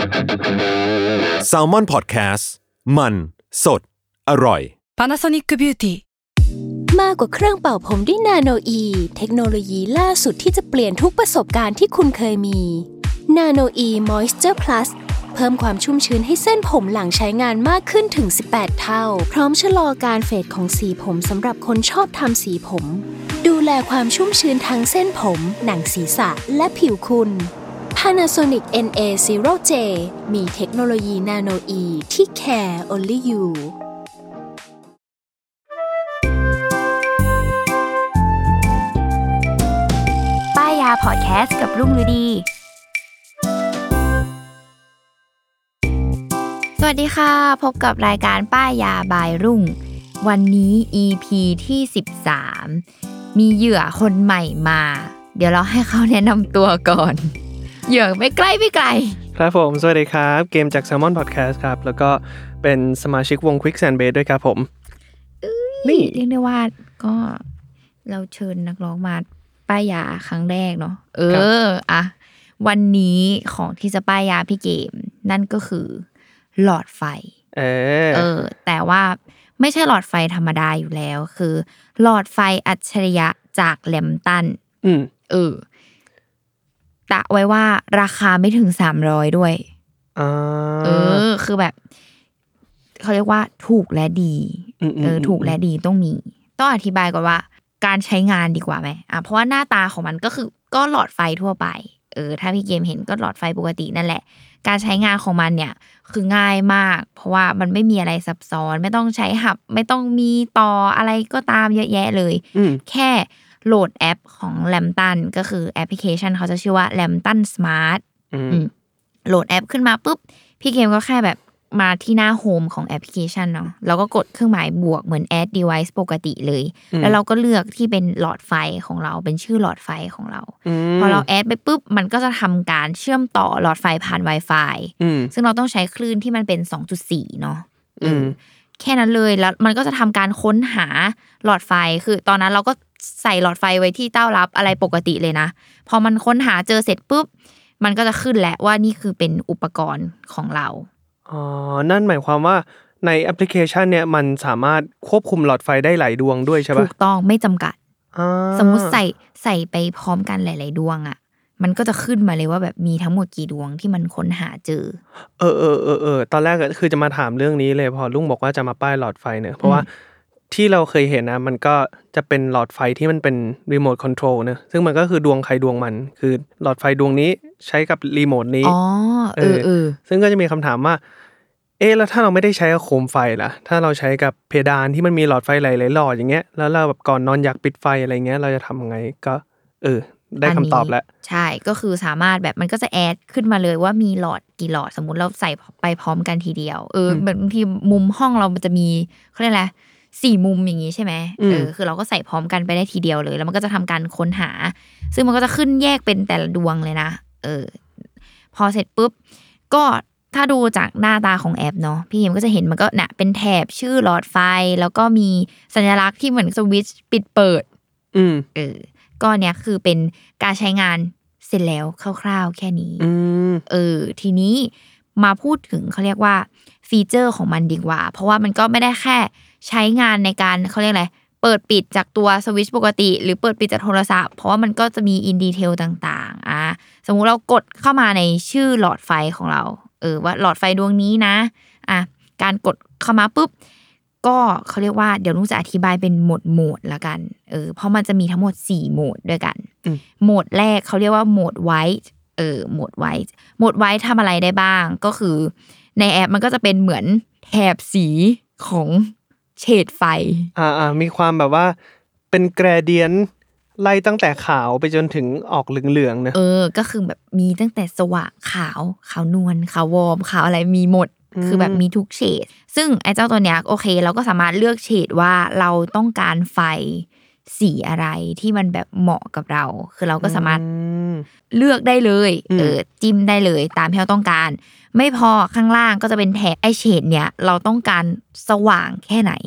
Salmon Podcast มันสดอร่อย Panasonic Beauty มากกว่าเครื่องเป่าผมด้วยนาโนอีเทคโนโลยีล่าสุดที่จะเปลี่ยนทุกประสบการณ์ที่คุณเคยมีนาโนอีมอยส์เจอร์พลัสเพิ่มความชุ่มชื้นให้เส้นผมหลังใช้งานมากขึ้นถึง18เท่าพร้อมชะลอการเฟดของสีผมสำหรับคนชอบทำสีผมดูแลความชุ่มชื้นทั้งเส้นผมหนังศีรษะและผิวคุณ Panasonic NA0J มีเทคโนโลยีนาโนอีที่ care only you ป้ายยาพอดแคสต์กับรุ่งฤดีสวัสดีค่ะพบกับรายการป้ายยาบายรุ่งวันนี้ EP ที่13มีเหยื่อคนใหม่มาเดี๋ยวเราให้เขาแนะนำตัวก่อนเหยื่อไม่ไกลครับผมสวัสดีครับเกมจาก Salmon Podcast ครับแล้วก็เป็นสมาชิกวง Quick Sand Base ด้วยครับผมนี่เรียกได้ว่าก็เราเชิญนักร้องมาป้ายยาครั้งแรกเนาะอะวันนี้ของที่จะป้ายยาพี่เกมนั่นก็คือหลอดไฟแต่ว่าไม่ใช่หลอดไฟธรรมดาอยู่แล้วคือหลอดไฟอัจฉริยะจากแลมตันตะไว้ว่าราคาไม่ถึง300ด้วยคือแบบเขาเรียกว่าถูกและดีถูกและดีต้องอธิบายก่อนว่าการใช้งานดีกว่าไหมเพราะว่าหน้าตาของมันก็คือก็หลอดไฟทั่วไปถ้าพี่เกมเห็นก็หลอดไฟปกตินั่นแหละการใช้งานของมันเนี่ยคือง่ายมากเพราะว่ามันไม่มีอะไรซับซ้อนไม่ต้องใช้หับไม่ต้องมีต่ออะไรก็ตามเยอะแยะเลยแค่โหลดแอปของ Lambton ก็คือแอปพลิเคชันเขาจะชื่อว่า Lambton Smart โหลดแอปขึ้นมาปุ๊บพี่เกมก็แค่แบบมาที่หน้าโฮมของแอปพลิเคชันเนาะแล้วก็กดเครื่องหมายบวกเหมือน add device ปกติเลยแล้วเราก็เลือกที่เป็นหลอดไฟของเราเป็นชื่อหลอดไฟของเราพอเราแอดไปปุ๊บมันก็จะทำการเชื่อมต่อหลอดไฟผ่าน Wi-Fi ซึ่งเราต้องใช้คลื่นที่มันเป็น 2.4 เนาะแค่นั้นเลยแล้วมันก็จะทำการค้นหาหลอดไฟคือตอนนั้นเราก็ใส่หลอดไฟไว้ที่เต้ารับอะไรปกติเลยนะพอมันค้นหาเจอเสร็จปุ๊บมันก็จะขึ้นแหละว่านี่คือเป็นอุปกรณ์ของเรานั่นหมายความว่าในแอปพลิเคชันเนี่ยมันสามารถควบคุมหลอดไฟได้หลายดวงด้วยใช่ปะถูกต้องไม่จำกัดสมมุติใส่ไปพร้อมกันหลายๆดวงอ่ะมันก็จะขึ้นมาเลยว่าแบบมีทั้งหมดกี่ดวงที่มันค้นหาเจอตอนแรกก็คือจะมาถามเรื่องนี้เลยพอลุงบอกว่าจะมาป้ายหลอดไฟเนี่ยเพราะว่าที่เราเคยเห็นนะมันก็จะเป็นหลอดไฟที่มันเป็นรีโมทคอนโทรลนะซึ่งมันก็คือดวงใครดวงมันคือหลอดไฟดวงนี้ใช้กับรีโมทนี้ซึ่งก็จะมีคำถามว่าแล้วถ้าเราไม่ได้ใช้กับโคมไฟล่ะถ้าเราใช้กับเพดานที่มันมีหลอดไฟหลายๆหลอดอย่างเงี้ยแล้วเราแบบก่อนนอนอยากปิดไฟอะไรเงี้ยเราจะทำยังไงก็ได้คำตอบแล้วใช่ก็คือสามารถแบบมันก็จะแอดขึ้นมาเลยว่ามีหลอดกี่หลอดสมมุติเราใส่ไปพร้อมกันทีเดียวเหมือนบางทีมุมห้องเรามันจะมีเขาเรียกอะไร4มุมอย่างงี้ใช่ไหมคือเราก็ใส่พร้อมกันไปได้ทีเดียวเลยแล้วมันก็จะทำการค้นหาซึ่งมันก็จะขึ้นแยกเป็นแต่ละดวงเลยนะพอเสร็จปุ๊บก็ถ้าดูจากหน้าตาของแอปเนาะพี่เอ็มก็จะเห็นมันก็น่ะเป็นแถบชื่อหลอดไฟแล้วก็มีสัญลักษณ์ที่เหมือนสวิตช์ปิดเปิดก็เนี่ยคือเป็นการใช้งานเสร็จแล้วคร่าวๆแค่นี้ทีนี้มาพูดถึงเขาเรียกว่าฟีเจอร์ของมันดีกว่าเพราะว่ามันก็ไม่ได้แค่ใช้งานในการเขาเรียกอะไรเปิดปิดจากตัวสวิตช์ปกติหรือเปิดปิดจากโทรศัพท์เพราะว่ามันก็จะมีอินดีเทลต่างๆสมมุติเรากดเข้ามาในชื่อหลอดไฟของเราว่าหลอดไฟดวงนี้นะการกดเข้ามาปุ๊บก็เขาเรียกว่าเดี๋ยวนุ้งจะอธิบายเป็นโหมดละกันเพราะมันจะมีทั้งหมด4โหมดด้วยกันโหมดแรกเขาเรียกว่าโหมดไวท์โหมดไวท์ทำอะไรได้บ้างก็คือในแอปมันก็จะเป็นเหมือนแถบสีของเฉดไฟมีความแบบว่าเป็นแกรเดียนไล่ตั้งแต่ขาวไปจนถึงออกเหลืองๆนะก็คือแบบมีตั้งแต่สว่างขาวนวลขาววอร์มขาวอะไรมีหมดคือแบบมีทุกเฉดซึ่งไอ้เจ้าตัวเนี้ยโอเคเราก็สามารถเลือกเฉดว่าเราต้องการไฟสีอะไรที่มันแบบเหมาะกับเราคือเราก็สามารถเลือกได้เลยจิ้มได้เลยตามที่เราต้องการไม่พอข้างล่างก็จะเป็นแถบไอ้เฉดเนี้ยเราต้องการสว่างแค่ไหน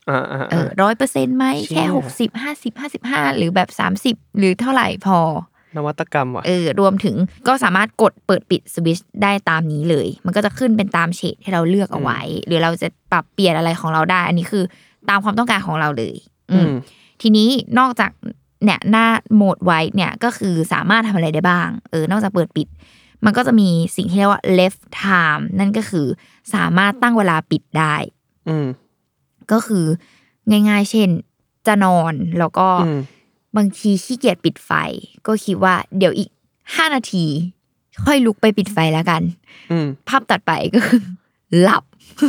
100%ไหมแค่60 50 55หรือแบบ30หรือเท่าไหร่พอนวัตกรรมว่ะรวมถึงก็สามารถกดเปิดปิดสวิตช์ได้ตามนี้เลยมันก็จะขึ้นเป็นตามเฉดที่เราเลือกเอาไว้หรือเราจะปรับเปลี่ยนอะไรของเราได้อันนี้คือตามความต้องการของเราเลยทีนี้นอกจากเนี่ยหน้าโหมดไว้เนี่ยก็คือสามารถทำอะไรได้บ้างนอกจากเปิดปิดมันก็จะมีสิ่งที่เรียกว่า left time นั่นก็คือสามารถตั้งเวลาปิดได้ก็คือง่ายๆเช่นจะนอนแล้วก็บางทีขี้เกียจปิดไฟก็คิดว่าเดี๋ยวอีก5นาทีค่อยลุกไปปิดไฟแล้วกันภาพตัดไปก็คือหลับ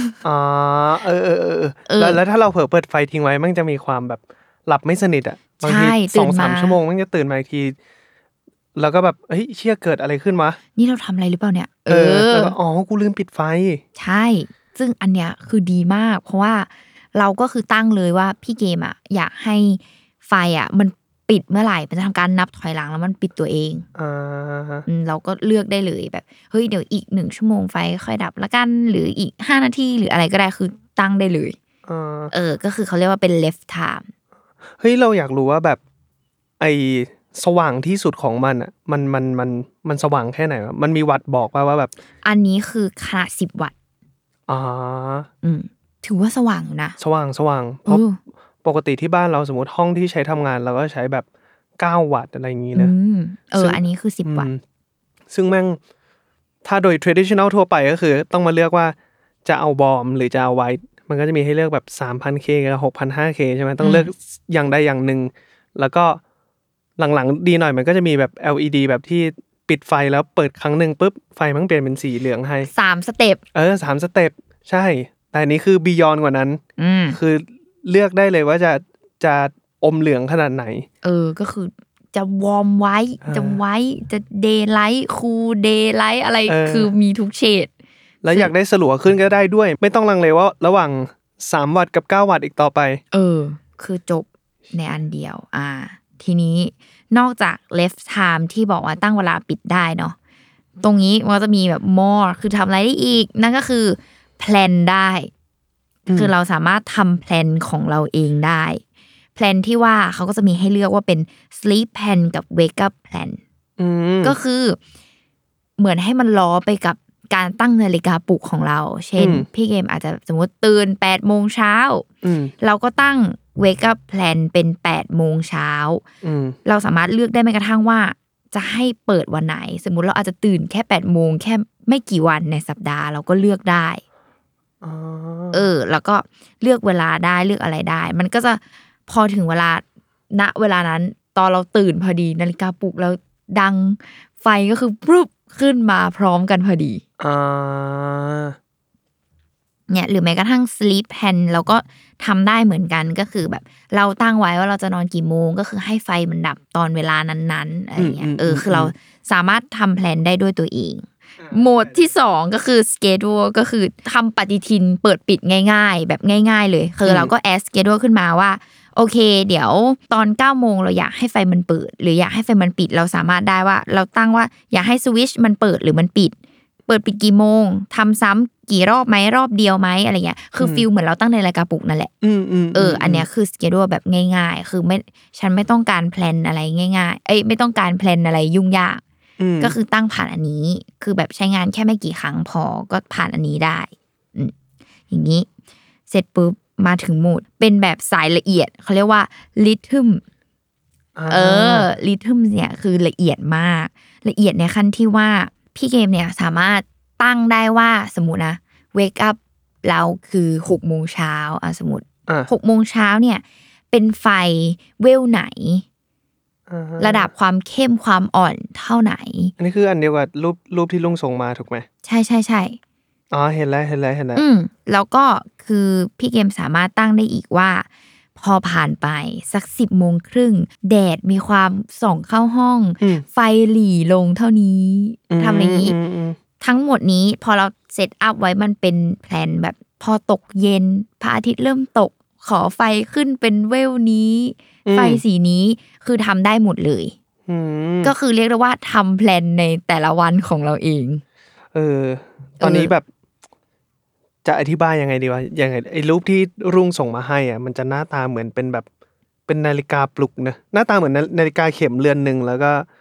แล้วถ้าเราเผลอเปิดไฟทิ้งไว้มันจะมีความแบบหลับไม่สนิทอ่ะบางที 2-3 ชั่วโมงมันจะตื่นมาอีกทีแล้วก็แบบเฮ้ยเชี่ยเกิดอะไรขึ้นวะนี่เราทำอะไรหรือเปล่าเนี่ยแล้วก็กูลืมปิดไฟใช่ซึ่งอันเนี้ยคือดีมากเพราะว่าเราก็คือตั้งเลยว่าพี่เกมอ่ะอยากให้ไฟอ่ะมันปิดเมื่อไหร่มันจะทำการนับถอยหลังแล้วมันปิดตัวเองเราก็เลือกได้เลยแบบเฮ้ยเดี๋ยวอีก1ชั่วโมงไฟค่อยดับละกันหรืออีก5นาทีหรืออะไรก็ได้คือตั้งได้เลยก็คือเขาเรียกว่าเป็น left time เฮ้ยเราอยากรู้ว่าแบบไอสว่างที่สุดของมันอ่ะมันสว่างแค่ไหนวะมันมีวัตต์บอกว่าแบบอันนี้คือขนาด10วัตต์ถือว่าสว่างอยู่นะสว่างเพราะปกติที่บ้านเราสมมติห้องที่ใช้ทำงานเราก็ใช้แบบ9วัตต์อะไรอย่างงี้นะอันนี้คือ10วัตต์ซึ่งแม่งถ้าโดย traditional ทั่วไปก็คือต้องมาเลือกว่าจะเอาบอมหรือจะเอาไวท์มันก็จะมีให้เลือกแบบ 3,000K กับ 6,500K ใช่ไหมต้องเลือกอย่างใดอย่างหนึ่งแล้วก็หลังๆดีหน่อยมันก็จะมีแบบ LED แบบที่ปิดไฟแล้วเปิดครั้งนึงปุ๊บไฟมันเปลี่ยนเป็นสีเหลืองให้ 3สเต็ป 3สเต็ปใช่แต่อันนี้คือ beyond กว่านั้นคือเลือกได้เลยว่าจะอมเหลืองขนาดไหนก็คือจะวอร์มไว้จะไว้จะเดย์ไลท์คูลเดย์ไลท์อะไรคือมีทุกเฉดแล้วอยากได้สลัวขึ้นก็ได้ด้วยไม่ต้องลังเลว่าระหว่าง3วัตต์กับ9วัตต์อีกต่อไปคือจบในอันเดียวทีนี้นอกจาก left time ที่บอกว่าตั้งเวลาปิดได้เนาะตรงนี้มันจะมีแบบ more คือทำอะไรได้อีกนั่นก็คือแพลนได้คือเราสามารถทำแพลนของเราเองได้แพลนที่ว่าเขาก็จะมีให้เลือกว่าเป็น sleep plan กับ wake up plan ก็คือเหมือนให้มันล้อไปกับการตั้งนาฬิกาปลุกของเราเช่นพี่เกมอาจจะสมมติตื่น 8:00 นเราก็ตั้ง wake up plan เป็น 8:00 นเราสามารถเลือกได้แม้กระทั่งว่าจะให้เปิดวันไหนสมมุติเราอาจจะตื่นแค่ 8:00 นแค่ไม่กี่วันในสัปดาห์เราก็เลือกได้แล้วก็เลือกเวลาได้เลือกอะไรได้มันก็จะพอถึงเวลาณเวลานั้นตอนเราตื่นพอดีนาฬิกาปลุกแล้วดังไฟก็คือปุ๊บขึ้นมาพร้อมกันพอดีเนี่ยหรือแม้กระทั่ง sleep plan เราก็ทำได้เหมือนกันก็คือแบบเราตั้งไว้ว่าเราจะนอนกี่โมงก็คือให้ไฟมันดับตอนเวลานั้นๆอะไรเงี้ยคือเราสามารถทำแพลนได้ด้วยตัวเองโหมดที่2ก็คือ schedule ก็คือทำปฏิทินเปิดปิดง่ายๆแบบง่ายๆเลยคือเราก็ add schedule ขึ้นมาว่าโอเคเดี๋ยวตอน 9:00 นเราอยากให้ไฟมันเปิดหรืออยากให้ไฟมันปิดเราสามารถได้ว่าเราตั้งว่าอยากให้สวิตช์มันเปิดหรือมันปิดกี่โมงทำซ้ำกี่รอบไหมรอบเดียวไหมอะไรเงี้ยคือฟีลเหมือนเราตั้งในนาฬิกาปลุกนั่นแหละอันเนี้ยคือ schedule แบบง่ายๆคือไม่ฉันไม่ต้องการแพลนอะไรง่ายๆไม่ต้องการแพลนอะไรยุ่งยากก็คือตั้งผ่านอันนี้คือแบบใช้งานแค่ไม่กี่ครั้งพอก็ผ่านอันนี้ได้อย่างนี้เสร็จปุ๊บมาถึงโหมดเป็นแบบสายละเอียดเขาเรียกว่าริทึมริทึมเนี่ยคือละเอียดมากละเอียดในขั้นที่ว่าพี่เกมเนี่ยสามารถตั้งได้ว่าสมมุตินะ wake up เราคือ 6:00 นสมมุติ 6:00 นเนี่ยเป็นไฟเวลไหนระดับความเข้มความอ่อนเท่าไหนอันนี้คืออันเดียวกับรูปที่ลุงส่งมาถูกไหมใช่อ๋อเห็นแล้วแล้วก็คือพี่เกมสามารถตั้งได้อีกว่าพอผ่านไปสัก 10:30 นแดดมีความส่องเข้าห้องไฟหลีลงเท่านี้ทำอย่างนี้ทั้งหมดนี้พอเราเซตอัพไว้มันเป็นแพลนแบบพอตกเย็นพระอาทิตย์เริ่มตกขอไฟขึ้นเป็นเวลนี้ไฟสีนี้คือทำได้หมดเลยก็คือเรียกได้ว่าทำแพลนในแต่ละวันของเราเองตอนนี้แบบจะอธิบายยังไงดีวะยังไงไอ้รูปที่รุ่งส่งมาให้อ่ะมันจะหน้าตาเหมือนเป็นแบบเป็นนาฬิกาปลุกนะหน้าตาเหมือนนาฬิกาเข็มเรือนนึงแล้วก็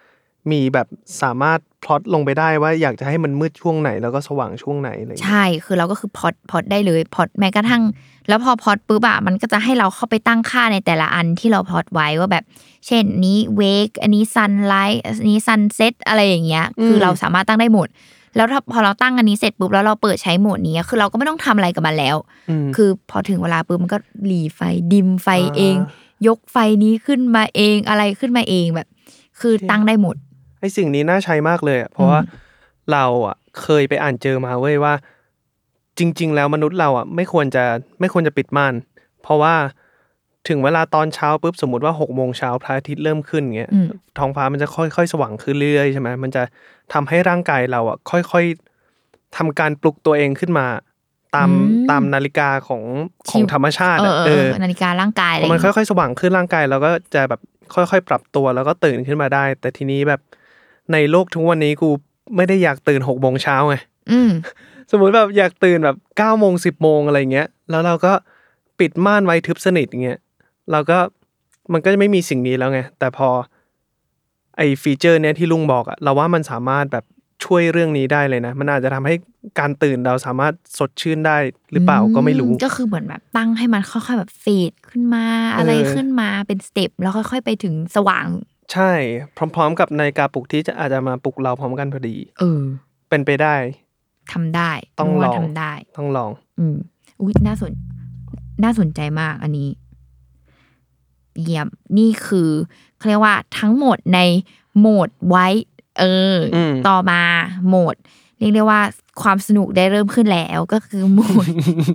มีแบบสามารถพล็อตลงไปได้ว่าอยากจะให้มันมืดช่วงไหนแล้วก็สว่างช่วงไหนอะไรอย่างเงี้ยใช่คือเราก็คือพอดได้เลยพอดแม้กระทั่งแล้วพอพอดปุ๊บอะมันก็จะให้เราเข้าไปตั้งค่าในแต่ละอันที่เราพอดไว้ว่าแบบเช่นนี้เวกอันนี้ซันไลท์อันนี้ซันเซ็ตอะไรอย่างเงี้ยคือเราสามารถตั้งได้หมดแล้วพอเราตั้งอันนี้เสร็จปุ๊บแล้วเราเปิดใช้โหมดนี้คือเราก็ไม่ต้องทำอะไรกับมันแล้วคือพอถึงเวลาปุ๊บมันก็หลีไฟดิมไฟเองยกไฟนี้ขึ้นมาเองอะไรขึ้นมาเองแบบคือตั้งได้หมดไอ้สิ่งนี้น่าใช้มากเลยอ่ะเพราะว่าเราอ่ะเคยไปอ่านเจอมาเว้ยว่าจริงๆแล้วมนุษย์เราอ่ะไม่ควรจะปิดม่านเพราะว่าถึงเวลาตอนเช้าปุ๊บสมมติว่า 6:00 นพระอาทิตย์เริ่มขึ้นเงี้ยท้องฟ้ามันจะค่อยๆสว่างขึ้นเรื่อยๆใช่มั้ยมันจะทำให้ร่างกายเราอ่ะค่อยๆทำการปลุกตัวเองขึ้นมาตามนาฬิกาของธรรมชาตินาฬิการ่างกายอะไรมันค่อยๆสว่างขึ้นร่างกายเราก็จะแบบค่อยๆปรับตัวแล้วก็ตื่นขึ้นมาได้แต่ทีนี้แบบในโลกทุกวันนี้กูไม่ได้อยากตื่น 6:00 นไงสมมุติแบบอยากตื่นแบบ 9:00 น 10:00 นอะไรเงี้ยแล้วเราก็ปิดม่านไว้ทึบสนิทอย่างเงี้ยเราก็มันก็จะไม่มีสิ่งนี้แล้วไงแต่พอไอ้ฟีเจอร์เนี้ยที่ลุงบอกอ่ะเราว่ามันสามารถแบบช่วยเรื่องนี้ได้เลยนะมันอาจจะทำให้การตื่นเราสามารถสดชื่นได้หรือเปล่าก็ไม่รู้ก็คือเหมือนแบบตั้งให้มันค่อยๆแบบเฟดขึ้นมาอะไรขึ้นมาเป็นสเต็ปแล้วค่อยๆไปถึงสว่างใช่พร้อมๆกับนาฬิกาปลุกที่จะอาจจะมาปลุกเราพร้อมกันพอดีเป็นไปได้ทำได้ต้องลองทำได้ต้องลองอุ๊ยน่าสนใจมากอันนี้เยี่ยมนี่คือเขาเรียกว่าทั้งหมดในโหมดไว้ต่อมาโหมดเรียกได้ว่าความสนุกได้เริ่มขึ้นแล้วก็คือโหมด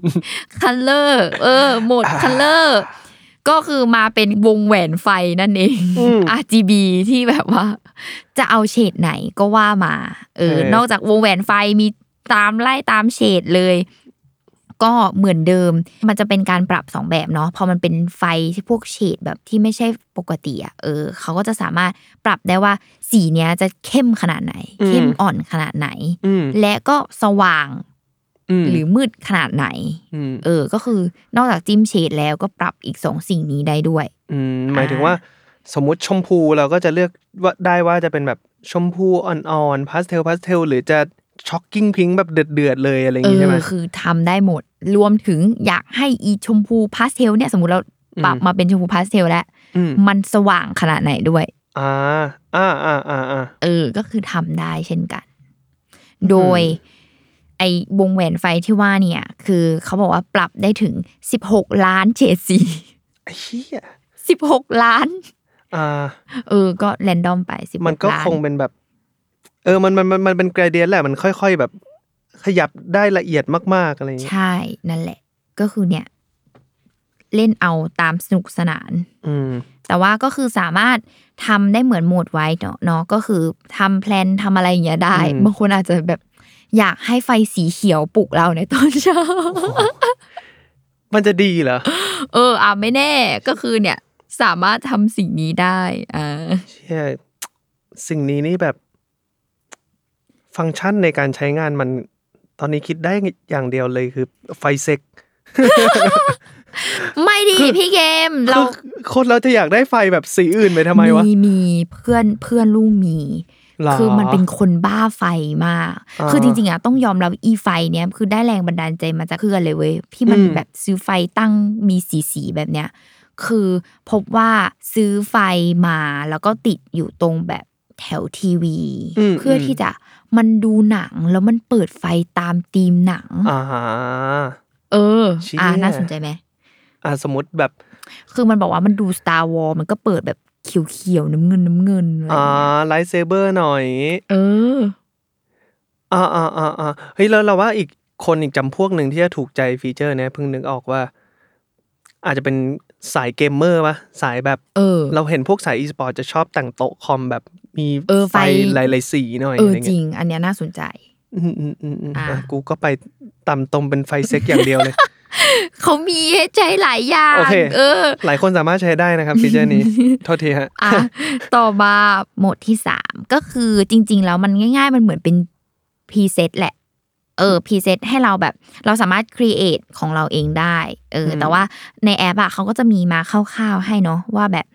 color โหมด color ก็คือมาเป็นวงแหวนไฟนั่นเอง RGB ที่แบบว่าจะเอาเฉดไหนก็ว่ามานอกจากวงแหวนไฟมีไล่ตามเฉดเลยก็เหมือนเดิมมันจะเป็นการปรับ2แบบเนาะพอมันเป็นไฟที่พวกเฉดแบบที่ไม่ใช่ปกติอ่ะเขาก็จะสามารถปรับได้ว่าสีเนี้ยจะเข้มขนาดไหนเข้มอ่อนขนาดไหนและก็สว่างหรือมืดขนาดไหนก็คือนอกจากจิ้มเฉดแล้วก็ปรับอีก2สิ่งนี้ได้ด้วยหมายถึงว่าสมมุติชมพูเราก็จะเลือกว่าได้ว่าจะเป็นแบบชมพูอ่อนๆพาสเทลหรือจะช็อกกิ้งพิงค์แบบเดือดๆเลยอะไรอย่างงี้ใช่มั้ยคือทำได้หมดรวมถึงอยากให้อีชมพูพาสเทลเนี่ยสมมุติเราปรับมาเป็นชมพูพาสเทลแล้วมันสว่างขนาดไหนด้วยก็คือทำได้เช่นกันโดยไอ้วงแหวนไฟที่ว่าเนี่ยคือเขาบอกว่าปรับได้ถึง16ล้านเฉดสีไอ้เหี้ย 16ล้านก็แรนดอมไป16ล้านมันก็คงเป็นแบบมันเป็น gradient แหละมันค่อยๆแบบขยับได้ละเอียดมากๆอะไรอย่างเงี้ยใช่นั่นแหละก็คือเนี่ยเล่นเอาตามสนุกสนานแต่ว่าก็คือสามารถทำได้เหมือนโหมดไว้เนาะก็คือทำแพลนทำอะไรอย่างเงี้ยได้บางคนอาจจะแบบอยากให้ไฟสีเขียวปลุกเราในตอนเช้ามันจะดีเหรอไม่แน่ก็คือเนี่ยสามารถทำสิ่งนี้ได้เชี่ยสิ่งนี้นี่แบบฟังก์ชันในการใช้งานมันตอนนี้คิดได้อย่างเดียวเลยคือไฟเซ็กไม่ดีพี่เกมเราคนเราจะอยากได้ไฟแบบสีอื่นไปทำไมวะมีเพื่อนลุงมีคือมันเป็นคนบ้าไฟมากคือจริงๆต้องยอมรับอีไฟเนี้ยคือได้แรงบันดาลใจมาจากเพื่อนเลยเว้ยที่มันแบบซื้อไฟตั้งมีสีแบบเนี้ยคือพบว่าซื้อไฟมาแล้วก็ติดอยู่ตรงแบบแถวทีวีเพื่อที่จะมันดูหนังแล้วมันเปิดไฟตามธีมหนังน่าสนใจไหมสมมติแบบคือมันบอกว่ามันดู Star Wars มันก็เปิดแบบเขียวๆน้ำเงินไลท์เซเบอร์หน่อยเฮ้ยแล้วเราว่าอีกจำพวกหนึ่งที่จะถูกใจฟีเจอร์เนี้ยเพิ่งนึกออกว่าอาจจะเป็นสายเกมเมอร์ป่ะสายแบบเราเห็นพวกสายอีสปอร์ตจะชอบแต่งโต๊ะคอมแบบมีไฟหลายๆสีหน่อยอะไรเงี้ยจริงอันเนี้ยน่าสนใจกูก็ไปตำตมเป็นไฟเซ็กอย่างเดียวเลยเขามีให้ใช้หลายอย่างหลายคนสามารถใช้ได้นะครับฟีเจอร์นี้โทษทีฮะต่อมาโหมดที่3ก็คือจริงๆแล้วมันง่ายๆมันเหมือนเป็นพรีเซตแหละพรีเซตให้เราแบบเราสามารถครีเอทของเราเองได้แต่ว่าในแอปเขาก็จะมีมาคร่าวๆให้เนาะว่าแบบ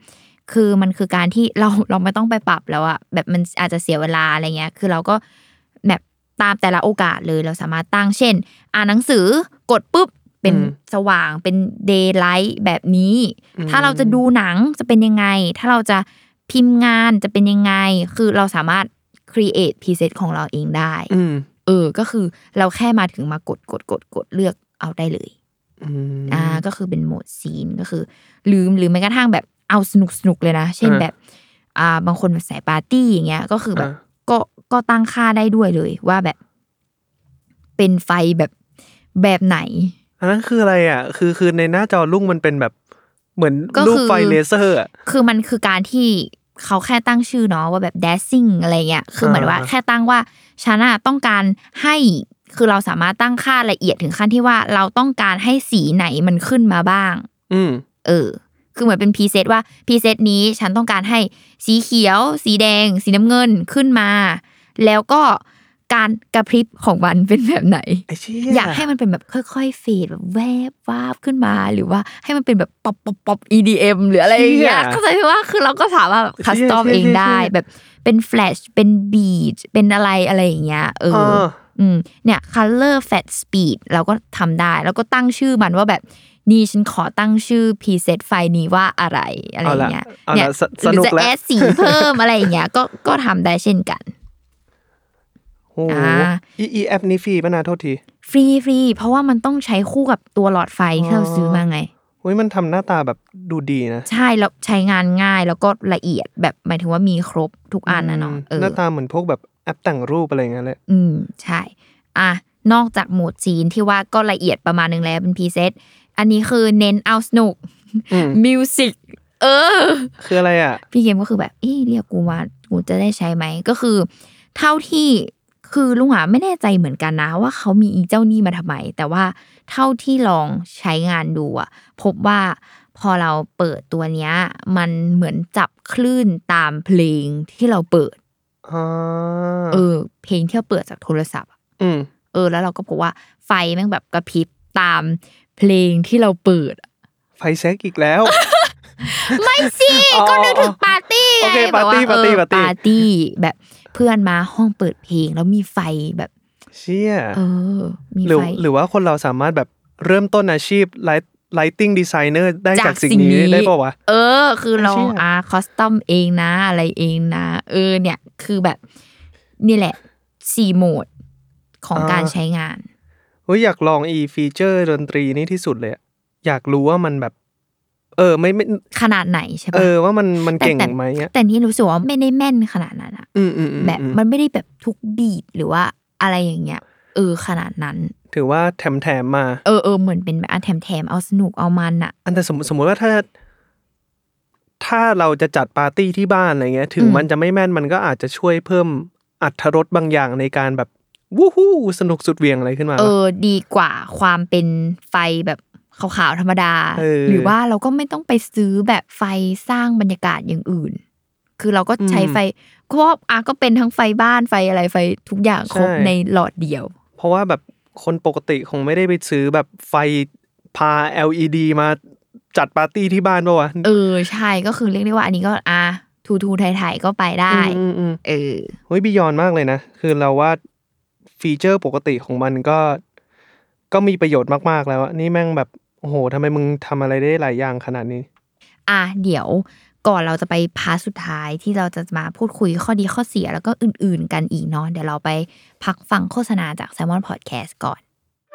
คือมันคือการที่เราไม่ต้องไปปรับแล้วอะแบบมันอาจจะเสียเวลาอะไรเงี้ยคือเราก็แบบตามแต่ละโอกาสเลยเราสามารถตั้งเช่นอ่านหนังสือกดปุ๊บเป็นสว่างเป็น daylight แบบนี้ถ้าเราจะดูหนังจะเป็นยังไงถ้าเราจะพิมพ์งานจะเป็นยังไงคือเราสามารถ create preset ของเราเองได้ก็คือเราแค่มาถึงมากดเลือกเอาได้เลยก็คือเป็นโหมดซีนก็คือหรือแม้กระทั่งแบบเอาสนุกเลยนะเช่นแบบบางคนแบบใส่ปาร์ตี้อย่างเงี้ยก็คือแบบก็ตั้งค่าได้ด้วยเลยว่าแบบเป็นไฟแบบไหนอันนั้นคืออะไรอ่ะคือในหน้าจอลุงมันเป็นแบบเหมือนรูปไฟเลเซอร์อ่ะคือมันคือการที่เขาแค่ตั้งชื่อเนาะว่าแบบ dashing อะไรเงี้ยคือเหมือนว่าแค่ตั้งว่าฉันน่ะต้องการให้คือเราสามารถตั้งค่าละเอียดถึงขั้นที่ว่าเราต้องการให้สีไหนมันขึ้นมาบ้างคือเหมือนเป็นพรีเซตว่าพรีเซตนี้ฉันต้องการให้สีเขียวสีแดงสีน้ำเงินขึ้นมาแล้วก็การกระพริบของมันเป็นแบบไหนอยากให้มันเป็นแบบค่อยๆเฟดแบบแวบวาบขึ้นมาหรือว่าให้มันเป็นแบบป๊อป EDM หรืออะไรอย่างเงี้ยเข้าใจว่าคือเราก็สามารถคัสตอมเองได้แบบเป็นแฟลชเป็นบีทเป็นอะไรอย่างเงี้ยเนี่ย color flash speed เราก็ทำได้แล้วก็ตั้งชื่อมันว่าแบบนี่ฉันขอตั้งชื่อ preset ไฟล์นี้ว่าอะไรอย่างเงี้ยเนี่ยหรือจะแอดสีเพิ่มอะไรอย่างเงี้ยก็ทำได้เช่นกันโอ้อีแอปนี้ฟรีป่ะนะโทษทีฟรีเพราะว่ามันต้องใช้คู่กับตัวหลอดไฟที่เราซื้อมาไงเฮ้ยมันทำหน้าตาแบบดูดีนะใช่แล้วใช้งานง่ายแล้วก็ละเอียดแบบหมายถึงว่ามีครบทุกอันนะเนาะหน้าตาเหมือนพวกแบบแอปแต่งรูปอะไรเงี้ยแหละใช่นอกจากโหมดซีนที่ว่าก็ละเอียดประมาณนึงแล้วเป็นพรีเซตอันนี้คือเน้นเอาสนุกมิวสิกคืออะไรอ่ะพี่เกมก็คือแบบเรียกกูมากูจะได้ใช้ไหมก็คือเท่าที่คือลุงไม่แน่ใจเหมือนกันนะว่าเขามีอีเจ้านี่มาทำไมแต่ว่าเท่าที่ลองใช้งานดูพบว่าพอเราเปิดตัวเนี้ยมันเหมือนจับคลื่นตามเพลงที่เราเปิดเพลงที่เราเปิดจากโทรศัพท์แล้วเราก็พบว่าไฟแม่งแบบกระพริบตามเพลงที่เราเปิดไฟแซกอีกแล้วไม่สิก็นึกถึงปาร์ตี้ไงแบบว่าปาร์ตี้แบบเพื่อนมาห้องเปิดเพลงแล้วมีไฟแบบเชี่ยมีไฟหรือว่าคนเราสามารถแบบเริ่มต้นอาชีพlighting designer ได้จากสิ่งนี้ได้ป่าววะคือเราคอสตอมเองนะอะไรเองนะเนี่ยคือแบบนี่แหละ4โหมดของการใช้งานอยากลองฟีเจอร์ดนตรีนี่ที่สุดเลยอยากรู้ว่ามันแบบไม่ขนาดไหนใช่ป่ะว่ามันเก่งไหมแต่นี่รู้สึกว่าไม่ได้แม่นขนาดนั้นอะแบบมันไม่ได้แบบทุกบีทหรือว่าอะไรอย่างเงี้ยขนาดนั้นถือว่าแถมมาเหมือนเป็นแบบแถมเอาสนุกเอามันอะแต่สมมติว่าถ้าเราจะจัดปาร์ตี้ที่บ้านอะไรเงี้ยถึงมันจะไม่แม่นมันก็อาจจะช่วยเพิ่มอรรถรสบางอย่างในการแบบวู้ฮู้สนุกสุดเวียงอะไรขึ้นมาดีกว่าความเป็นไฟแบบขาวๆธรรมดาหรือว่าเราก็ไม่ต้องไปซื้อแบบไฟสร้างบรรยากาศอย่างอื่นคือเราก็ใช้ไฟก็เป็นทั้งไฟบ้านไฟอะไรไฟทุกอย่างครบในหลอดเดียวเพราะว่าแบบคนปกติคงไม่ได้ไปซื้อแบบไฟพา LED มาจัดปาร์ตี้ที่บ้านป่ะวะใช่ก็คือเรียกได้ว่าอันนี้ก็ทูไทยๆก็ไปได้เฮ้ยบียอนมากเลยนะคือเราว่าฟีเจอร์ปกติของมันก็มีประโยชน์มากๆแล้วนี่แม่งแบบโอ้โหทำไมมึงทำอะไรได้หลายอย่างขนาดนี้เดี๋ยวก่อนเราจะไปพาร์ทสุดท้ายที่เราจะมาพูดคุยข้อดีข้อเสียแล้วก็อื่นๆกันอีกเนาะเดี๋ยวเราไปพักฟังโฆษณาจาก Salmon Podcast ก่อน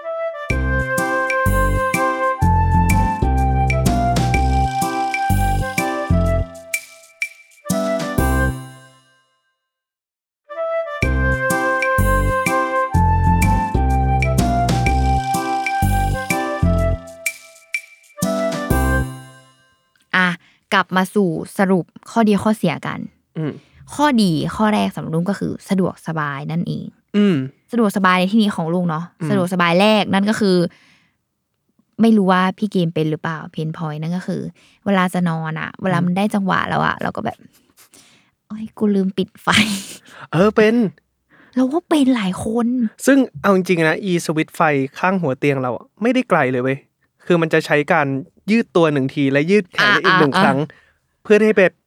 กลับมาสู่สรุปข้อดีข้อเสียกันข้อดีข้อแรกสำหรับลุงก็คือสะดวกสบายนั่นเองสะดวกสบายในที่นี้ของลุงเนาะสะดวกสบายแรกนั่นก็คือไม่รู้ว่าพี่เกมเป็นหรือเปล่าเพนพอยต์นั่นก็คือเวลาจะนอนเวลามันได้จังหวะแล้วเราก็แบบโอ๊ยกูลืมปิดไฟเป็นเราก็เป็นหลายคนซึ่งเอาจริงๆนะสวิตช์ไฟข้างหัวเตียงเราไม่ได้ไกลเลยเว้ยคือมันจะใช้การยืดตัว1ทีและยืดแขนอีก1ครั้งเพื่อให้แบบ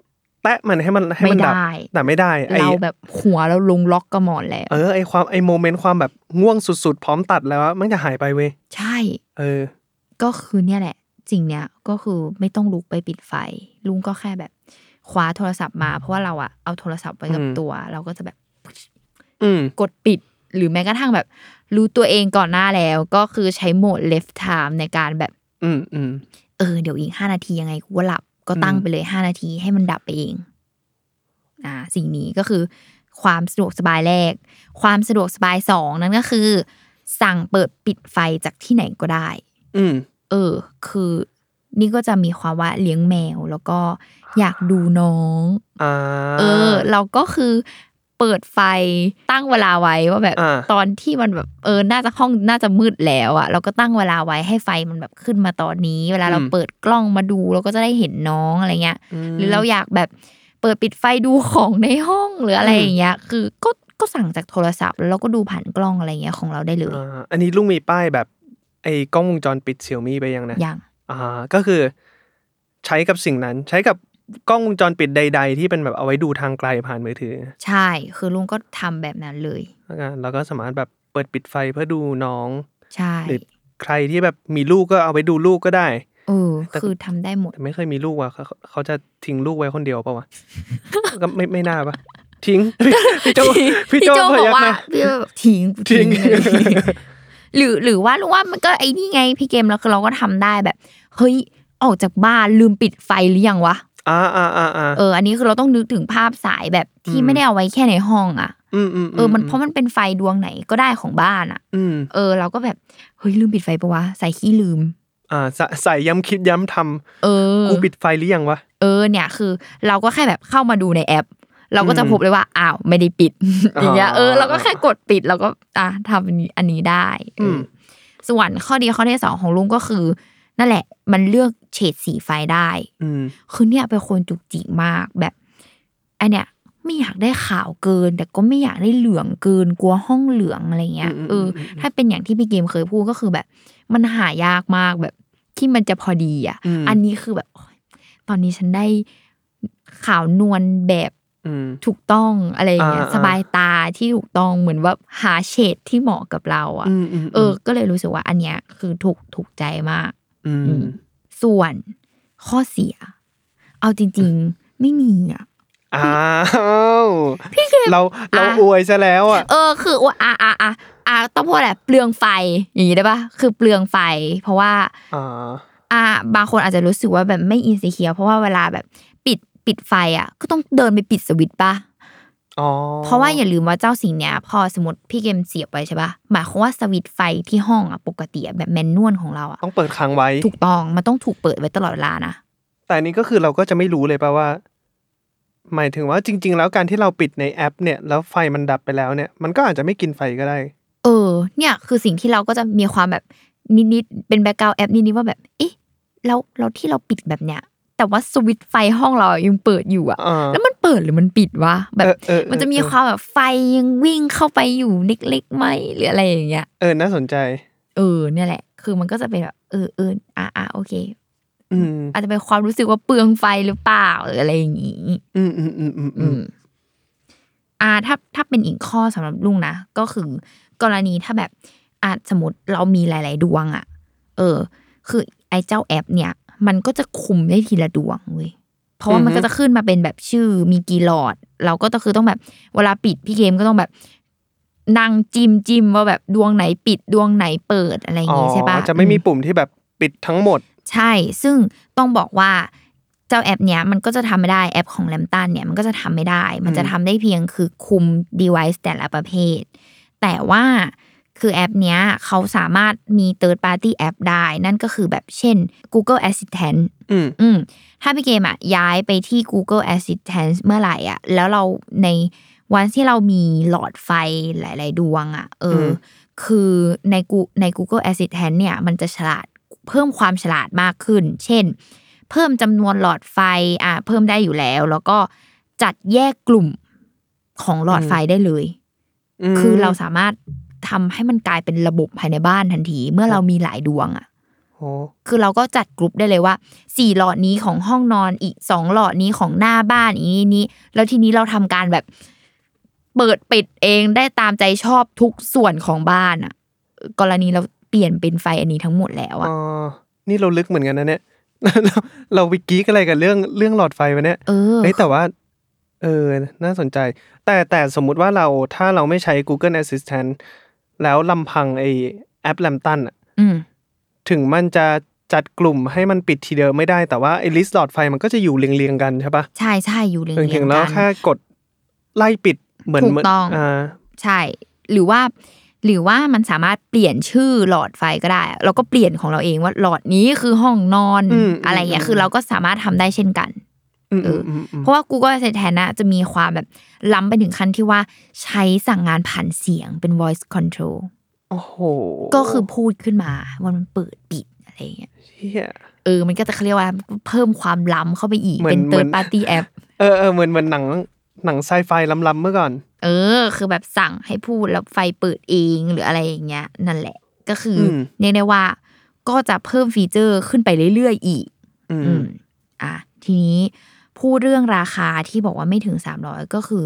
แตะมันให้มันดับแต่ไม่ได้เราแบบหัวเราลงล็อกกับหมอนแล้วไอโมเมนต์ความแบบง่วงสุดๆพร้อมตัดแล้วมันจะหายไปเว้ยใช่ก็คือเนี่ยแหละสิ่งเนี้ยก็คือไม่ต้องลุกไปปิดไฟลุงก็แค่แบบคว้าโทรศัพท์มาเพราะว่าเราอะเอาโทรศัพท์ไว้กับตัวเราก็จะแบบกดปิดหรือแม้กระทั่งแบบรู้ตัวเองก่อนหน้าแล้วก็คือใช้โหมด left time ในการแบบเดี๋ยวอีก5นาทียังไงกูก็หลับก็ตั้งไปเลย5นาทีให้มันดับไปเองสิ่งนี้ก็คือความสะดวกสบายแรกความสะดวกสบาย2นั่นก็คือสั่งเปิดปิดไฟจากที่ไหนก็ได้คือนี่ก็จะมีความว่าเลี้ยงแมวแล้วก็อยากดูน้องเราก็คือเปิดไฟตั้งเวลาไว้ว่าแบบตอนที่มันแบบน่าจะห้องน่าจะมืดแล้วอ่ะเราก็ตั้งเวลาไว้ให้ไฟมันแบบขึ้นมาตอนนี้เวลาเราเปิดกล้องมาดูเราก็จะได้เห็นน้องอะไรเงี้ยหรือเราอยากแบบเปิดปิดไฟดูของในห้องหรืออะไรอย่างเงี้ยคือก็สั่งจากโทรศัพท์แล้วเราก็ดูผ่านกล้องอะไรเงี้ยของเราได้เลยอันนี้ลุงมีป้ายแบบไอ้กล้องวงจรปิด Xiaomi ไปยังนะยังก็คือใช้กับสิ่งนั้นใช้กับกล้องวงจรปิดใดๆที่เป็นแบบเอาไว้ดูทางไกลผ่านมือถือใช่คือลุงก็ทำแบบนั้นเลยแล้วก็สามารถแบบเปิดปิดไฟเพื่อดูน้องใช่หรือใครที่แบบมีลูกก็เอาไว้ดูลูกก็ได้คือทำได้หมดแต่ไม่เคยมีลูกว่ะเขาจะทิ้งลูกไว้คนเดียวป่ะวะ ก็ไม่น่าป่ะทิ้งพี่โจบอกว่าทิ้งหรือว่าลุงว่ามันก็ไอ้นี่ไงพี่เกมแล้วคือเราก็ทำได้แบบเฮ้ยออกจากบ้านลืมปิดไฟหรือยังวะอันนี้คือเราต้องนึกถึงภาพสายแบบที่ไม่ได้เอาไว้แค่ในห้องอ่ะมันเพราะมันเป็นไฟดวงไหนก็ได้ของบ้านอ่ะเราก็แบบเฮ้ยลืมปิดไฟปะวะใส่ขี้ลืมใส่ย้ำคิดย้ำทำกูปิดไฟหรือยังวะเนี่ยคือเราก็แค่แบบเข้ามาดูในแอปเราก็จะพบเลยว่าอ้าวไม่ได้ปิดอย่างเงี้ยเราก็แค่กดปิดเราก็ทำอันนี้ได้ส่วนข้อดีข้อที่2ของลุงก็คือนั่นแหละมันเลือกเฉดสีไฟได้คือเนี่ยเป็นคนจุกจิกมากแบบอันเนี้ยไม่อยากได้ขาวเกินแต่ก็ไม่อยากได้เหลืองเกินกลัวห้องเหลืองอะไรเงี้ยถ้าเป็นอย่างที่พี่เกมเคยพูดก็คือแบบมันหายากมากแบบที่มันจะพอดีอ่ะอันนี้คือแบบตอนนี้ฉันได้ขาวนวลแบบถูกต้องอะไรอย่างเงี้ยสบายตาที่ถูกต้องเหมือนว่าหาเฉดที่เหมาะกับเราอ่ะก็เลยรู้สึกว่าอันเนี้ยคือถูกใจมากส่วนข้อเสียเอาจริงๆไม่มีอ่ะพี่เกมเราอวยซะแล้วอ่ะคือต้องพูดแหละเปลืองไฟอย่างงี้ได้ป่ะคือเปลืองไฟเพราะว่าบางคนอาจจะรู้สึกว่าแบบไม่อินสิเคียวเพราะว่าเวลาแบบปิดไฟอ่ะก็ต้องเดินไปปิดสวิตช์ป่ะเพราะว่าอย่าลืมว่าเจ้าสิ่งเนี้ยพอสมมติพี่เกมเสียบไปใช่ป่ะหมายความว่าสวิตช์ไฟที่ห้องอ่ะปกติแบบแมนนวลของเราอ่ะต้องเปิดค้างไว้ถูกต้องมันต้องถูกเปิดไว้ตลอดเวลานะแต่นี้ก็คือเราก็จะไม่รู้เลยป่ะว่าหมายถึงว่าจริงๆแล้วการที่เราปิดในแอปเนี่ยแล้วไฟมันดับไปแล้วเนี่ยมันก็อาจจะไม่กินไฟก็ได้เนี่ยคือสิ่งที่เราก็จะมีความแบบนิดๆเป็นแบ็คกราวด์แอปนิดๆว่าแบบเอ๊ะแล้วที่เราปิดแบบเนี้ยแต่ว่าสวิตช์ไฟห้องเรายังเปิดอยู่อ่ะแล้วมันเปิดหรือมันปิดวะแบบมันจะมีความแบบไฟยังวิ่งเข้าไปอยู่เล็กๆไหมหรืออะไรอย่างเงี้ยน่าสนใจเนี่ยแหละคือมันก็จะเป็นแบบโอเคอาจจะเป็นความรู้สึกว่าเปลืองไฟหรือเปล่าหรืออะไรอย่างงี้ถ้าเป็นอีกข้อสำหรับลุงนะก็คือกรณีถ้าแบบสมมติเรามีหลายๆดวงอ่ะคือไอ้เจ้าแอปเนี่ยมันก็จะคุมได้ทีละดวงเว้ยเพราะว่ามันก็จะขึ้นมาเป็นแบบชื่อมีกี่หลอดเราก็ต้องแบบเวลาปิดพี่เกมก็ต้องแบบนั่งจิ้มว่าแบบดวงไหนปิดดวงไหนเปิดอะไรอย่างงี้ใช่ปะจะไม่มีปุ่มที่แบบปิดทั้งหมดใช่ซึ่งต้องบอกว่าเจ้าแอปเนี้ยมันก็จะทำไม่ได้แอปของแลมตันเนี่ยมันก็จะทำไม่ได้มันจะทำได้เพียงคือคุม device แต่ละประเภทแต่ว่าคือแอปเนี้ยเขาสามารถมี third party app ได้นั่นก็คือแบบเช่น Google Assistant ถ้าพี่เกมย้ายไปที่ Google Assistant เมื่อไหร่แล้วเราในวันที่เรามีหลอดไฟหลายๆดวงคือใน Google Assistant เนี่ยมันจะฉลาดเพิ่มความฉลาดมากขึ้นเช่นเพิ่มจำนวนหลอดไฟเพิ่มได้อยู่แล้วก็จัดแยกกลุ่มของหลอดไฟได้เลยคือเราสามารถทำให้มันกลายเป็นระบบภายในบ้านทันทีเมื่อเรามีหลายดวงโหคือเราก็จัดกลุ่มได้เลยว่า4หลอดนี้ของห้องนอนอีก2หลอดนี้ของหน้าบ้านนี้แล้วทีนี้เราทำการแบบเปิดปิดเองได้ตามใจชอบทุกส่วนของบ้านอ่ะกรณีเราเปลี่ยนเป็นไฟอันนี้ทั้งหมดแล้วอ่ะนี่เราลึกเหมือนกันนะเนี่ยเราไปกิ๊กอะไรกันเรื่องหลอดไฟวะเนี่ยแต่ว่าน่าสนใจแต่สมมุติว่าถ้าเราไม่ใช้ Google Assistant แล้วลำพังไอ้แอป Lambton อ่ะถึงมันจะจัดกลุ่มให้มันปิดทีเดียวไม่ได้แต่ว่าไอ้ลิสต์หลอดไฟมันก็จะอยู่เรียงๆกันใช่ปะใช่ๆอยู่เรียงๆกันถึงแล้วแค่กดไล่ปิดเหมือนใช่หรือว่ามันสามารถเปลี่ยนชื่อหลอดไฟก็ได้เราก็เปลี่ยนของเราเองว่าหลอดนี้คือห้องนอนอะไรเงี้ยคือเราก็สามารถทำได้เช่นกันเพราะว่า Google Assistant นะจะมีความแบบล้ำไปถึงขั้นที่ว่าใช้สั่งงานผ่านเสียงเป็น voice control โอ้โหก็คือพูดขึ้นมาว่ามันเปิดปิดอะไรเงี้ยมันก็จะเรียกว่าเพิ่มความล้ำเข้าไปอีกเป็น third party app เหมือนหนังไซไฟล้ำๆเมื่อก่อนคือแบบสั่งให้พูดแล้วไฟเปิดเองหรืออะไรอย่างเงี้ยนั่นแหละก็คือเรียกได้ว่าก็จะเพิ่มฟีเจอร์ขึ้นไปเรื่อยๆอีกทีนี้พูดเรื่องราคาที่บอกว่าไม่ถึง300ก็คือ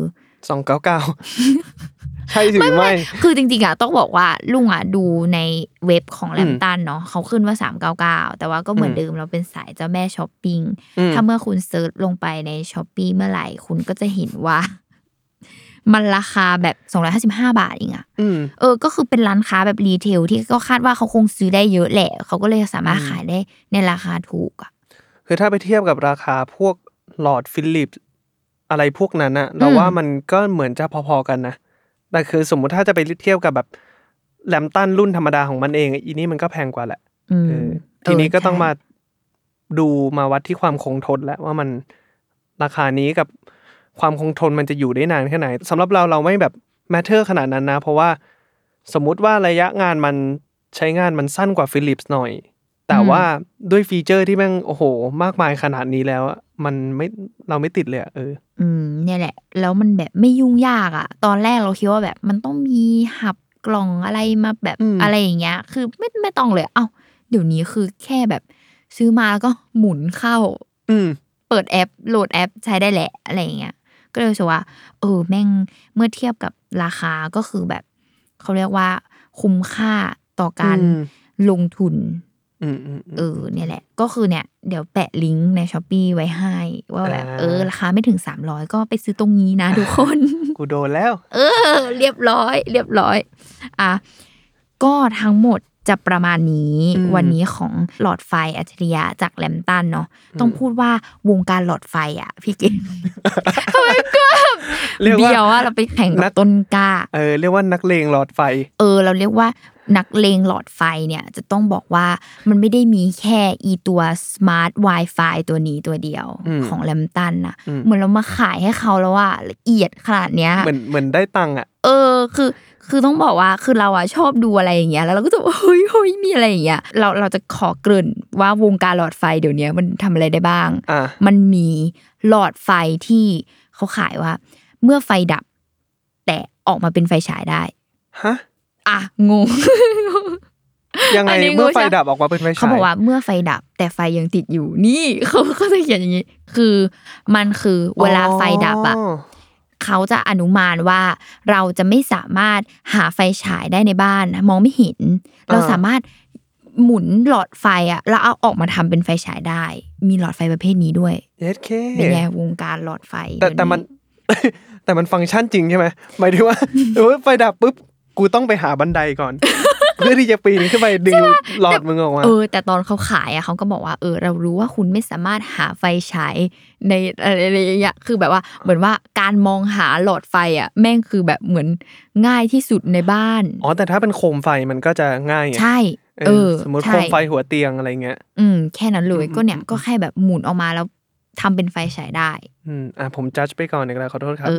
299ใช่หรือไม่คือจริงๆอ่ะต้องบอกว่าลุงอ่ะดูในเว็บของแลมตันเนาะเขาขึ้นว่า399แต่ว่าก็เหมือนเดิมเราเป็นสายเจ้าแม่ช้อปปิ้งถ้าเมื่อคุณเซิร์ชลงไปใน Shopee เมื่อไหร่คุณก็จะเห็นว่ามันราคาแบบ255 บาทเองอ่ะก็คือเป็นร้านค้าแบบรีเทลที่ก็คาดว่าเขาคงซื้อได้เยอะแหละเขาก็เลยสามารถขายได้ในราคาถูกอ่ะคือถ้าไปเทียบกับราคาพวกหลอดฟิลิปส์อะไรพวกนั้นอะเราว่ามันก็เหมือนจะพอๆกันนะแต่คือสมมุติถ้าจะไปเทียบกับแบบแลมตันรุ่นธรรมดาของมันเองอีนี่มันก็แพงกว่าแหละทีนี้ก็ต้องมาดูมาวัดที่ความคงทนแล้วว่ามันราคานี้กับความคงทนมันจะอยู่ได้นานแค่ไหนสำหรับเราไม่แบบแมทเทอร์ขนาดนั้นนะเพราะว่าสมมุติว่าระยะงานมันใช้งานมันสั้นกว่าฟิลิปส์หน่อยแต่ว่าด้วยฟีเจอร์ที่แม่งโอ้โหมากมายขนาดนี้แล้วมันไม่เราไม่ติดเลยเนี่ยแหละแล้วมันแบบไม่ยุ่งยากอ่ะตอนแรกเราคิดว่าแบบมันต้องมีหับกล่องอะไรมาแบบอะไรอย่างเงี้ยคือไม่ต้องเลยเดี๋ยวนี้คือแค่แบบซื้อมาแล้วก็หมุนเข้าเปิดแอปโหลดแอปใช้ได้แหละอะไรอย่างเงี้ยก็เลยรู้สึกว่าแม่งเมื่อเทียบกับราคาก็คือแบบเขาเรียกว่าคุ้มค่าต่อการลงทุนเนี่ยแหละก็คือเนี่ยเดี๋ยวแปะลิงก์ใน Shopee ไว้ให้ว่าแบบราคาไม่ถึง300ก็ไปซื้อตรงนี้นะทุกคนกูโดนแล้วเรียบร้อยก็ทั้งหมดจะประมาณนี้วันนี้ของหลอดไฟอัจฉริยะจากแลมตันเนาะต้องพูดว่าวงการหลอดไฟอ่ะพี่เก่งทำไมก็เดี๋ยวว่าเราไปแข่งกับต้นกล้าเรียกว่านักเลงหลอดไฟเราเรียกว่านักเลงหลอดไฟเนี่ยจะต้องบอกว่ามันไม่ได้มีแค่ตัว Smart Wi-Fi ตัวนี้ตัวเดียวของแลมตันนะเหมือนเรามาขายให้เขาแล้วว่าละเอียดขนาดเนี้ยเหมือนได้ตังค์อ่ะคือต้องบอกว่าคือเราชอบดูอะไรอย่างเงี้ยแล้วเราก็จะเฮ้ยมีอะไรอย่างเงี้ยเราจะขอเกริ่นว่าวงการหลอดไฟเดี๋ยวนี้มันทำอะไรได้บ้างมันมีหลอดไฟที่เขาขายว่าเมื่อไฟดับแต่ออกมาเป็นไฟฉายได้ฮะงงยังไงเมื่อไฟดับออกมาเป็นไฟฉายเขาบอกว่าเมื่อไฟดับแต่ไฟยังติดอยู่นี่เขาจะเขียนอย่างนี้คือมันคือเวลาไฟดับเขาจะอนุมานว่าเราจะไม่สามารถหาไฟฉายได้ในบ้านมองไม่เห็นเราสามารถหมุนหลอดไฟแล้วเอาออกมาทำเป็นไฟฉายได้มีหลอดไฟประเภทนี้ด้วยเป็นไงวงการหลอดไฟแต่มันฟังก์ชันจริงใช่ไหมหมายถึงว่าไฟดับปุ๊บกูต้องไปหาบันไดก่อนเพื่อที่จะปีนขึ้นไปดึงหลอดมึงออกมาแต่ตอนเขาขายเขาก็บอกว่าเรารู้ว่าคุณไม่สามารถหาไฟฉายในอะไรอย่างเงี้ยคือแบบว่าเหมือนว่าการมองหาหลอดไฟแม่งคือแบบเหมือนง่ายที่สุดในบ้านแต่ถ้าเป็นโคมไฟมันก็จะง่ายใช่สมมติโคมไฟหัวเตียงอะไรเงี้ยแค่นั้นเลยก็เนี่ยก็แค่แบบหมุนออกมาแล้วทำเป็นไฟฉายได้ผมจัดไปก่อนอีกแล้วขอโทษครับ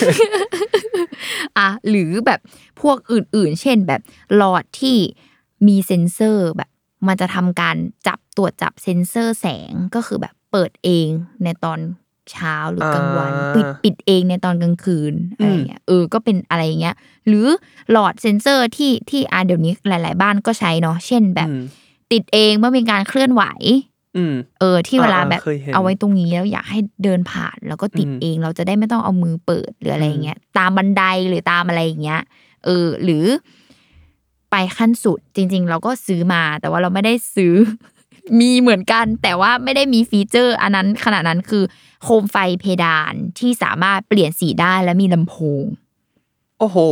หรือแบบพวกอื่นๆเช่นแบบหลอดที่มีเซ็นเซอร์แบบมันจะทำการตรวจจับเซ็นเซอร์แสงก็คือแบบเปิดเองในตอนเช้าหรือกลางวันปิดเองในตอนกลางคืนอะไรเงี้ยก็เป็นอะไรเงี้ยหรือหลอดเซ็นเซอร์ที่เดี๋ยวนี้หลายๆบ้านก็ใช้เนาะเช่นแบบติดเองเมื่อเป็นการเคลื่อนไหวที่เวลาแบบเอาไว้ตรงนี้แล้วอยากให้เดินผ่านแล้วก็ติดเองเราจะได้ไม่ต้องเอามือเปิดหรืออะไรเงี้ยตามบันไดหรือตามอะไรอย่างเงี้ยหรือไปขั้นสุดจริงๆเราก็ซื้อมาแต่ว่าเราไม่ได้ซื้อ มีเหมือนกันแต่ว่าไม่ได้มีฟีเจอร์อันนั้นขนาดนั้นคือโคมไฟเพดานที่สามารถเปลี่ยนสีได้และมีลำโพงโอ้โห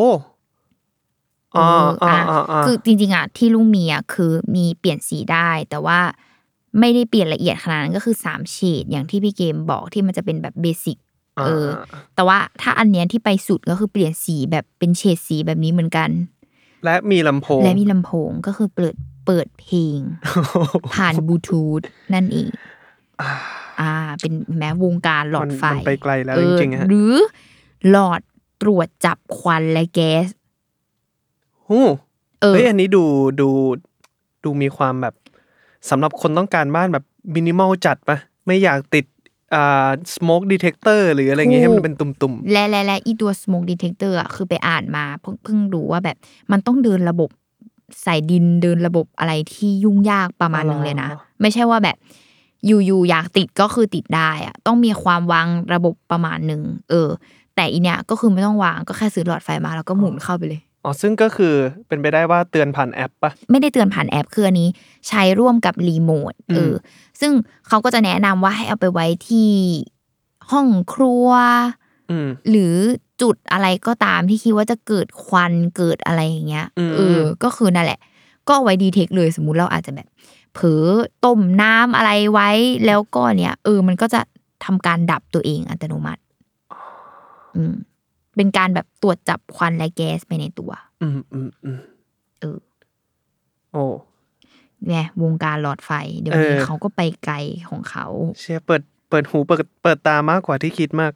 คือจริงๆที่ลุงมีคือมีเปลี่ยนสีได้แต่ว่าไม่ได้เปลี่ยนละเอียดขนาดนั้นก็คือ3เฉดอย่างที่พี่เกมบอกที่มันจะเป็นแบบเบสิกแต่ว่าถ้าอันเนี้ยที่ไปสุดก็คือเปลี่ยนสีแบบเป็นเฉดสีแบบนี้เหมือนกันและมีลำโพงก็คือเปิดเพลง ผ่านบลูทูธนั่นเองเป็นแม้วงการหลอดไฟมันไปไกลแล้วจริงๆฮะหรือหลอดตรวจจับควันและแก๊สอันนี้ดูมีความแบบสำหรับคนต้องการบ้านแบบมินิมอลจัดปะไม่อยากติดsmoke detector หรืออะไรเงี้ยให้มันเป็นตุ่มๆและอีตัว smoke detector คือไปอ่านมาเพิ่งรู้ว่าแบบมันต้องเดินระบบใส่ดินเดินระบบอะไรที่ยุ่งยากประมาณนึงเลยนะไม่ใช่ว่าแบบอยู่อยากติดก็คือติดได้ต้องมีความวางระบบประมาณนึงแต่อีเนี้ยก็คือไม่ต้องวางก็แค่ซื้อหลอดไฟมาแล้วก็หมุนเข้าไปเลยซึ่งก็คือเป็นไปได้ว่าเตือนผ่านแอปปะไม่ได้เตือนผ่านแอปคืออันนี้ใช้ร่วมกับรีโมทซึ่งเขาก็จะแนะนำว่าให้เอาไปไว้ที่ห้องครัวหรือจุดอะไรก็ตามที่คิดว่าจะเกิดควันเกิดอะไรอย่างเงี้ยก็คือนั่นแหละก็เอาไว้ดีเทคเลยสมมุติเราอาจจะแบบเผลอต้มน้ำอะไรไว้แล้วก็เนี่ยมันก็จะทำการดับตัวเองอัตโนมัติเป็นการแบบตรวจจับควันและแก๊สไปในตัวโอ้เนี่ยวงการหลอดไฟเดี๋ยวนี้เขาก็ไปไกลของเขาเชียเปิดหูเปิดตามากกว่าที่คิดมาก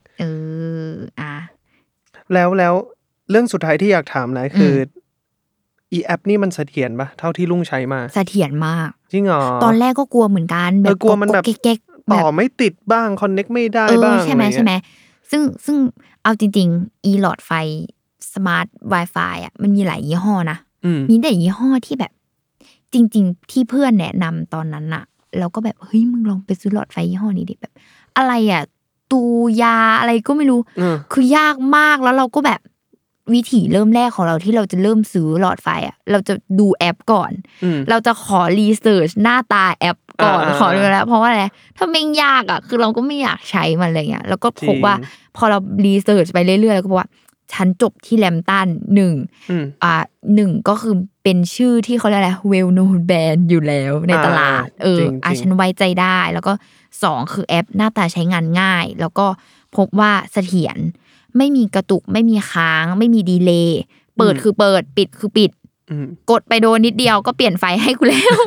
แล้วเรื่องสุดท้ายที่อยากถามนะคืออีแอปนี่มันเสถียรป่ะเท่าที่ลุงใช้มาเสถียรมากจริงเหรอตอนแรกก็กลัวเหมือนกันแบบกลัวมันแบบต่อไม่ติดบ้างคอนเนคไม่ได้บ้างใช่ไหมซึ่งเอาจริงๆอีหลอดไฟสมาร์ท Wi-Fi มันมีหลายยี่ห้อนะมีแต่ยี่ห้อที่แบบจริงๆที่เพื่อนแนะนำตอนนั้นน่ะเราก็แบบเฮ้ยมึงลองไปซื้อหลอดไฟยี่ห้อนี้ดิแบบอะไรตูยาอะไรก็ไม่รู้คือยากมากแล้วเราก็แบบวิธีเริ่มแรกของเราที่เราจะเริ่มซื้อหลอดไฟเราจะดูแอปก่อนเราจะขอรีเสิร์ชหน้าตาแอปก่อนขอดูแล้วเพราะว่าอะไรถ้าไม่ยากคือเราก็ไม่อยากใช้มันอะไรเงี้ยแล้วก็พบว่าพอเรารีเสิร์ชไปเรื่อยๆแล้วก็บอกว่าฉันจบที่แลมตัน1ก็คือเป็นชื่อที่เขาเรียกอะไร well known brand อยู่แล้วในตลาดฉันไว้ใจได้แล้วก็2คือแอปหน้าตาใช้งานง่ายแล้วก็พบว่าเสถียรไม่มีกระตุกไม่มีค้างไม่มีดีเลย์เปิดคือเปิดปิดคือปิดกดไปโดนนิดเดียวก็เปลี่ยนไฟให้กูแล้ว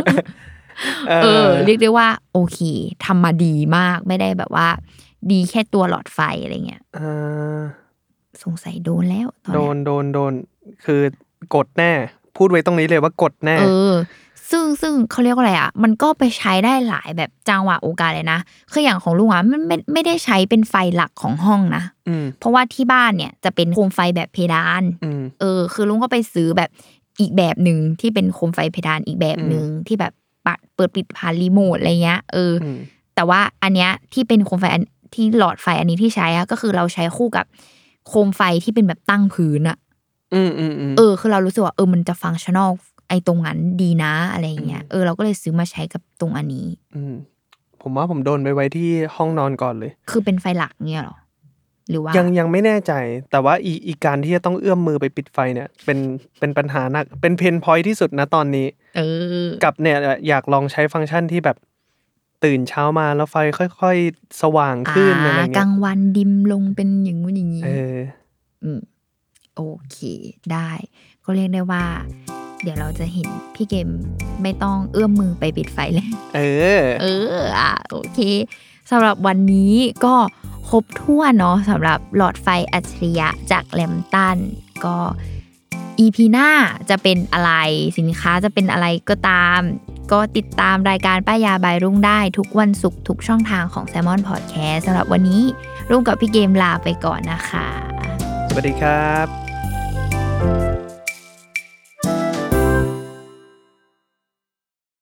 เรียกได้ว่าโอเคทำมาดีมากไม่ได้แบบว่าดีแค่ตัวหลอดไฟอะไรเงี้ยสงสัยโดนแล้วโดนคือกดแน่พูดไว้ตรงนี้เลยว่ากดแน่ซึ่งเขาเรียกว่าอะไรมันก็ไปใช้ได้หลายแบบจังหวะโอกาสเลยนะคืออย่างของลุงมันไม่ได้ใช้เป็นไฟหลักของห้องนะเพราะว่าที่บ้านเนี่ยจะเป็นโคมไฟแบบเพดานคือลุงก็ไปซื้อแบบอีกแบบนึงที่เป็นโคมไฟเพดานอีกแบบนึงที่แบบเปิดปิดผ่านรีโมทอะไรเงี้ยแต่ว่าอันเนี้ยที่เป็นโคมไฟที่หลอดไฟอันนี้ที่ใช้ก็คือเราใช้คู่กับโคมไฟที่เป็นแบบตั้งพื้นคือเรารู้สึกว่ามันจะฟังก์ชั่นอลไอ้ตรงนั้นดีนะอะไรเงี้ยเราก็เลยซื้อมาใช้กับตรงอันนี้ผมว่าผมโดนไปไว้ที่ห้องนอนก่อนเลยคือเป็นไฟหลักเงี้ยหรอหรือว่ายังไม่แน่ใจแต่ว่าอีการที่จะต้องเอื้อมมือไปปิดไฟเนี่ยเป็นปัญหาหนักเป็นเพนพอยท์ที่สุดนะตอนนี้กับเนี่ยอยากลองใช้ฟังก์ชันที่แบบตื่นเช้ามาแล้วไฟค่อยๆสว่างขึ้นอะไรเงี้ยกลางวันดิมลงเป็นอย่างงู้นอย่างงี้โอเคได้ก็เรียกได้ว่าเดี๋ยวเราจะเห็นพี่เกมไม่ต้องเอื้อมมือไปปิดไฟเลยโอเคสำหรับวันนี้ก็ครบถ้วนเนาะสำหรับหลอดไฟอัจฉริยะจากแลมตันก็ EP หน้าจะเป็นอะไรสินค้าจะเป็นอะไรก็ตามก็ติดตามรายการป้ายาบายรุ่งได้ทุกวันศุกร์ทุกช่องทางของ Salmon Podcast สำหรับวันนี้รุ่งกับพี่เกมลาไปก่อนนะคะสวัสดีครับ